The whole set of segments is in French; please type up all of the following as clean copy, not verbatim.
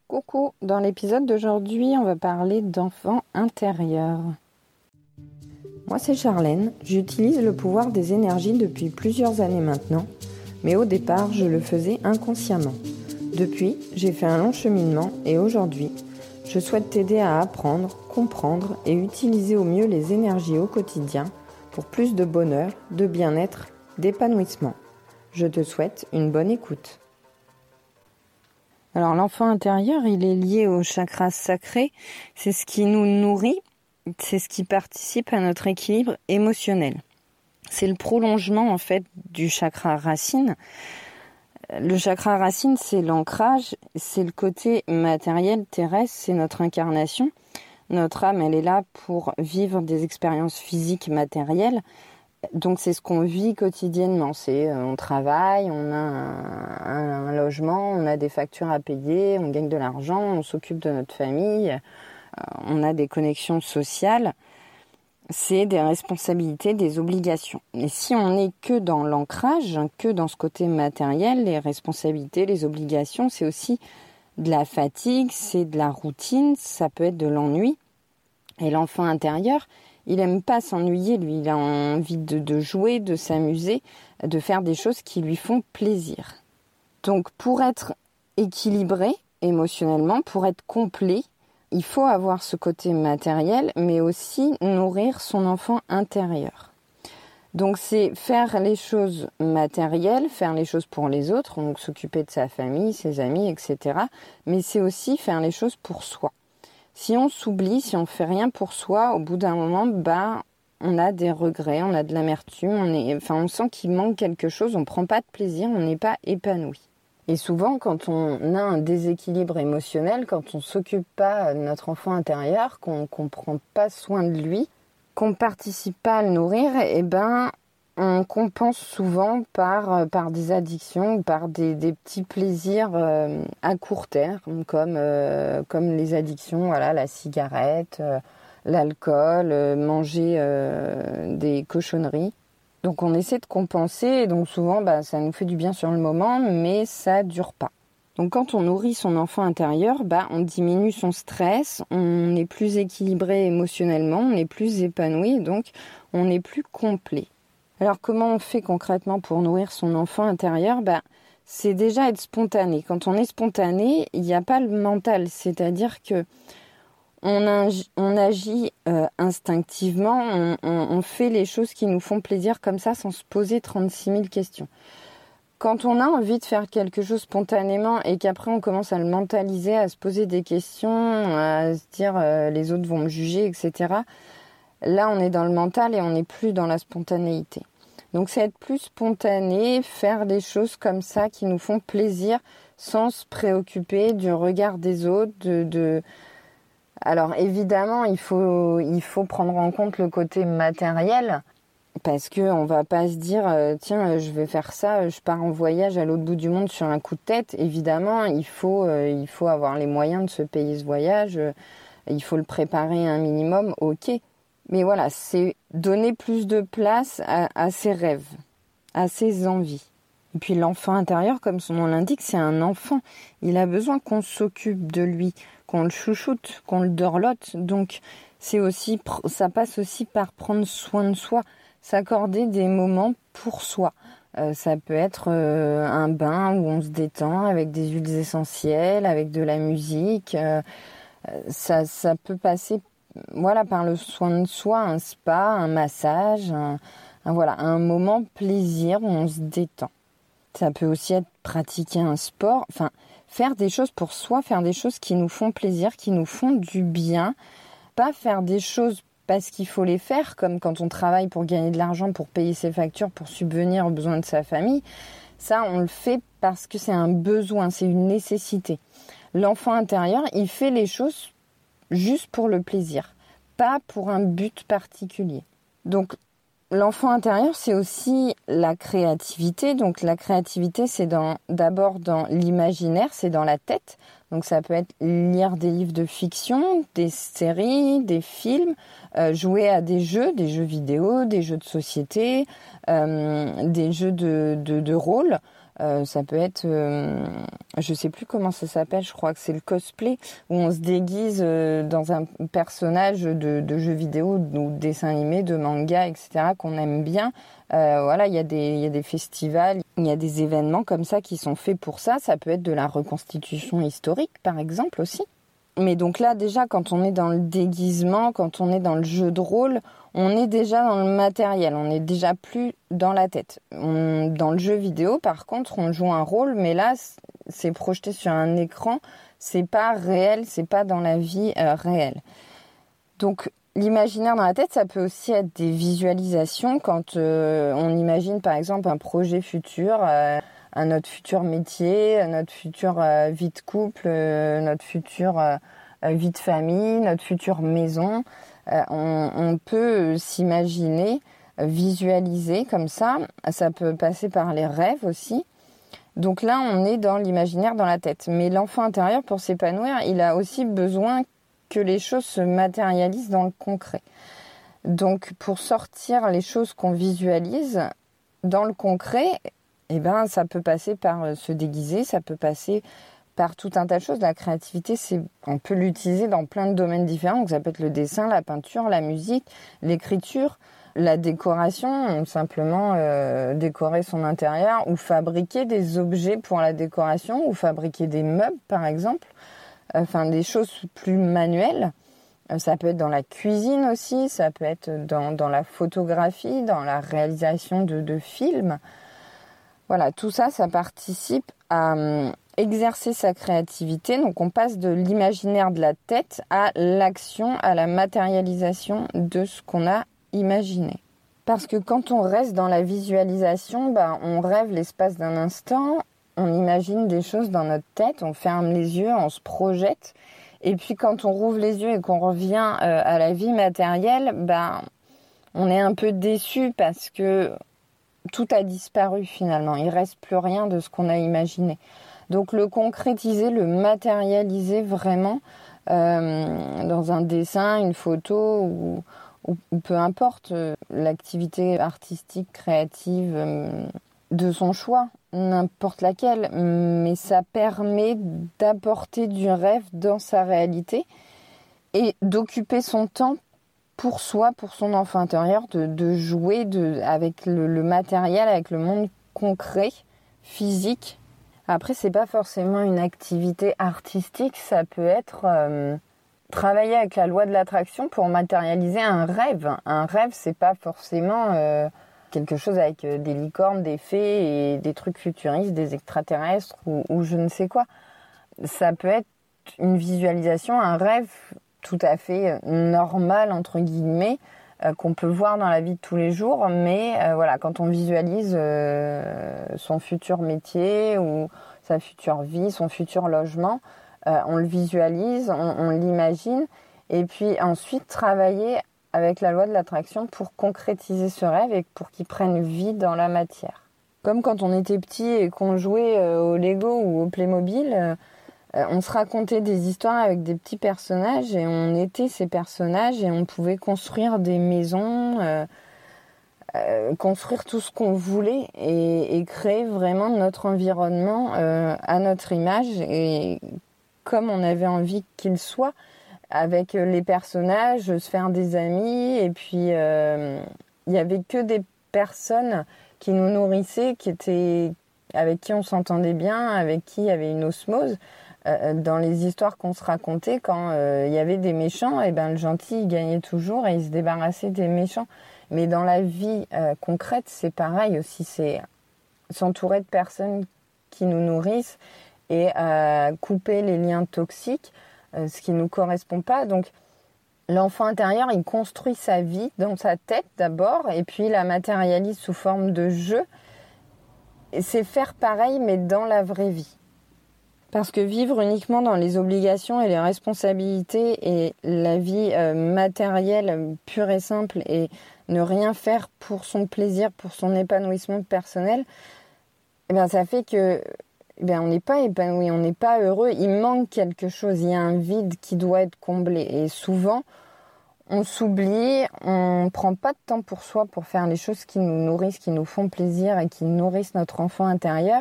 Coucou, dans l'épisode d'aujourd'hui, on va parler d'enfant intérieur. Moi, c'est Charlène, j'utilise le pouvoir des énergies depuis plusieurs années maintenant, mais au départ, je le faisais inconsciemment. Depuis, j'ai fait un long cheminement et aujourd'hui, je souhaite t'aider à apprendre, comprendre et utiliser au mieux les énergies au quotidien pour plus de bonheur, de bien-être, d'épanouissement. Je te souhaite une bonne écoute. Alors l'enfant intérieur, il est lié au chakra sacré, c'est ce qui nous nourrit, c'est ce qui participe à notre équilibre émotionnel. C'est le prolongement en fait du chakra racine. Le chakra racine, c'est l'ancrage, c'est le côté matériel terrestre, c'est notre incarnation. Notre âme, elle est là pour vivre des expériences physiques matérielles. Donc c'est ce qu'on vit quotidiennement, on travaille, on a un logement, on a des factures à payer, on gagne de l'argent, on s'occupe de notre famille, on a des connexions sociales, c'est des responsabilités, des obligations. Et si on n'est que dans l'ancrage, que dans ce côté matériel, les responsabilités, les obligations, c'est aussi de la fatigue, c'est de la routine, ça peut être de l'ennui. Et l'enfant intérieur, il aime pas s'ennuyer, lui. Il a envie de jouer, de s'amuser, de faire des choses qui lui font plaisir. Donc, pour être équilibré émotionnellement, pour être complet, il faut avoir ce côté matériel, mais aussi nourrir son enfant intérieur. Donc, c'est faire les choses matérielles, faire les choses pour les autres, donc s'occuper de sa famille, ses amis, etc. Mais c'est aussi faire les choses pour soi. Si on s'oublie, si on fait rien pour soi, au bout d'un moment, on a des regrets, on a de l'amertume, on sent qu'il manque quelque chose, on prend pas de plaisir, on n'est pas épanoui. Et souvent, quand on a un déséquilibre émotionnel, quand on s'occupe pas de notre enfant intérieur, qu'on prend pas soin de lui, qu'on participe pas à le nourrir, on compense souvent par des addictions, par des petits plaisirs à court terme, comme les addictions, la cigarette, l'alcool, manger des cochonneries. Donc on essaie de compenser, et donc souvent ça nous fait du bien sur le moment, mais ça dure pas. Donc quand on nourrit son enfant intérieur, on diminue son stress, on est plus équilibré émotionnellement, on est plus épanoui, donc on est plus complet. Alors comment on fait concrètement pour nourrir son enfant intérieur ? C'est déjà être spontané. Quand on est spontané, il n'y a pas le mental, c'est-à-dire que on agit instinctivement, on fait les choses qui nous font plaisir comme ça sans se poser 36 000 questions. Quand on a envie de faire quelque chose spontanément et qu'après on commence à le mentaliser, à se poser des questions, à se dire les autres vont me juger, etc., là, on est dans le mental et on n'est plus dans la spontanéité. Donc, c'est être plus spontané, faire des choses comme ça qui nous font plaisir sans se préoccuper du regard des autres. Alors, évidemment, il faut prendre en compte le côté matériel parce qu'on ne va pas se dire tiens, je vais faire ça, je pars en voyage à l'autre bout du monde sur un coup de tête. Évidemment, il faut avoir les moyens de se payer ce voyage. Il faut le préparer un minimum, ok. Mais voilà, c'est donner plus de place à ses rêves, à ses envies. Et puis l'enfant intérieur, comme son nom l'indique, c'est un enfant. Il a besoin qu'on s'occupe de lui, qu'on le chouchoute, qu'on le dorlote. Donc ça passe aussi par prendre soin de soi, s'accorder des moments pour soi. Ça peut être un bain où on se détend avec des huiles essentielles, avec de la musique. Ça peut passer par le soin de soi, un spa, un massage, un moment plaisir où on se détend. Ça peut aussi être pratiquer un sport, faire des choses pour soi, faire des choses qui nous font plaisir, qui nous font du bien. Pas faire des choses parce qu'il faut les faire, comme quand on travaille pour gagner de l'argent, pour payer ses factures, pour subvenir aux besoins de sa famille. Ça, on le fait parce que c'est un besoin, c'est une nécessité. L'enfant intérieur, il fait les choses juste pour le plaisir, pas pour un but particulier. Donc, l'enfant intérieur, c'est aussi la créativité. Donc, la créativité, c'est d'abord dans l'imaginaire, c'est dans la tête. Donc, ça peut être lire des livres de fiction, des séries, des films, jouer à des jeux vidéo, des jeux de société, des jeux de rôle. Ça peut être, je sais plus comment ça s'appelle, je crois que c'est le cosplay, où on se déguise dans un personnage de jeux vidéo, ou de dessin animé, de manga, etc., qu'on aime bien. Voilà, il y a des festivals, il y a des événements comme ça qui sont faits pour ça. Ça peut être de la reconstitution historique, par exemple, aussi. Mais donc là, déjà, quand on est dans le déguisement, quand on est dans le jeu de rôle, on est déjà dans le matériel, on n'est déjà plus dans la tête. Dans le jeu vidéo, par contre, on joue un rôle, mais là, c'est projeté sur un écran, c'est pas réel, c'est pas dans la vie réelle. Donc, l'imaginaire dans la tête, ça peut aussi être des visualisations quand on imagine, par exemple, un projet futur, notre futur métier, notre future vie de couple, notre future vie de famille, notre future maison. On peut s'imaginer, visualiser comme ça. Ça peut passer par les rêves aussi. Donc là, on est dans l'imaginaire dans la tête. Mais l'enfant intérieur, pour s'épanouir, il a aussi besoin que les choses se matérialisent dans le concret. Donc pour sortir les choses qu'on visualise dans le concret, eh ben, ça peut passer par se déguiser, ça peut passer par tout un tas de choses. La créativité, on peut l'utiliser dans plein de domaines différents. Donc ça peut être le dessin, la peinture, la musique, l'écriture, la décoration, simplement décorer son intérieur ou fabriquer des objets pour la décoration ou fabriquer des meubles, par exemple. Enfin, des choses plus manuelles. Ça peut être dans la cuisine aussi, ça peut être dans la photographie, dans la réalisation de films. Voilà, tout ça, ça participe à exercer sa créativité. Donc on passe de l'imaginaire de la tête à l'action, à la matérialisation de ce qu'on a imaginé. Parce que quand on reste dans la visualisation, on rêve l'espace d'un instant, on imagine des choses dans notre tête, on ferme les yeux, on se projette. Et puis quand on rouvre les yeux et qu'on revient à la vie matérielle, on est un peu déçu parce que tout a disparu finalement. Il ne reste plus rien de ce qu'on a imaginé. Donc le concrétiser, le matérialiser vraiment dans un dessin, une photo ou peu importe l'activité artistique, créative de son choix, n'importe laquelle, mais ça permet d'apporter du rêve dans sa réalité et d'occuper son temps pour soi, pour son enfant intérieur, de jouer avec le matériel, avec le monde concret, physique. Après, c'est pas forcément une activité artistique, ça peut être travailler avec la loi de l'attraction pour matérialiser un rêve. Un rêve, c'est pas forcément quelque chose avec des licornes, des fées et des trucs futuristes, des extraterrestres ou je ne sais quoi. Ça peut être une visualisation, un rêve tout à fait normal, entre guillemets, qu'on peut voir dans la vie de tous les jours. Mais voilà, quand on visualise son futur métier ou sa future vie, son futur logement, on le visualise, on l'imagine. Et puis ensuite, travailler avec la loi de l'attraction pour concrétiser ce rêve et pour qu'il prenne vie dans la matière. Comme quand on était petit et qu'on jouait au Lego ou au Playmobil, on se racontait des histoires avec des petits personnages et on était ces personnages et on pouvait construire des maisons, construire tout ce qu'on voulait et créer vraiment notre environnement à notre image et comme on avait envie qu'il soit, avec les personnages, se faire des amis et puis il y avait que des personnes qui nous nourrissaient, avec qui on s'entendait bien, avec qui il y avait une osmose. Dans les histoires qu'on se racontait, quand il y avait des méchants, le gentil il gagnait toujours et il se débarrassait des méchants. Mais dans la vie concrète, c'est pareil aussi, c'est s'entourer de personnes qui nous nourrissent et couper les liens toxiques, ce qui ne nous correspond pas. Donc l'enfant intérieur, il construit sa vie dans sa tête d'abord et puis il la matérialise sous forme de jeu. Et c'est faire pareil mais dans la vraie vie. Parce que vivre uniquement dans les obligations et les responsabilités et la vie matérielle pure et simple et ne rien faire pour son plaisir, pour son épanouissement personnel, ça fait que on n'est pas épanoui, on n'est pas heureux, il manque quelque chose, il y a un vide qui doit être comblé. Et souvent, on s'oublie, on ne prend pas de temps pour soi pour faire les choses qui nous nourrissent, qui nous font plaisir et qui nourrissent notre enfant intérieur.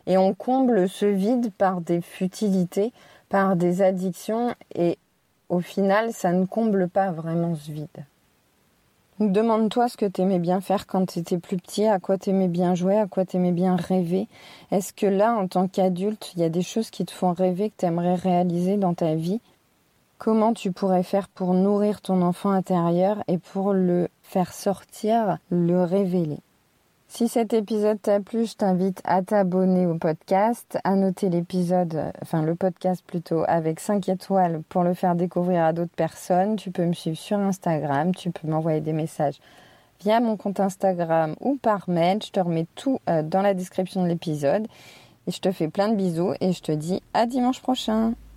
Et on comble ce vide par des futilités, par des addictions, et au final, ça ne comble pas vraiment ce vide. Donc, demande-toi ce que tu aimais bien faire quand tu étais plus petit, à quoi tu aimais bien jouer, à quoi tu aimais bien rêver. Est-ce que là, en tant qu'adulte, il y a des choses qui te font rêver, que tu aimerais réaliser dans ta vie ? Comment tu pourrais faire pour nourrir ton enfant intérieur et pour le faire sortir, le révéler ? Si cet épisode t'a plu, je t'invite à t'abonner au podcast, à noter le podcast plutôt, avec 5 étoiles pour le faire découvrir à d'autres personnes. Tu peux me suivre sur Instagram, tu peux m'envoyer des messages via mon compte Instagram ou par mail. Je te remets tout dans la description de l'épisode. Et je te fais plein de bisous et je te dis à dimanche prochain.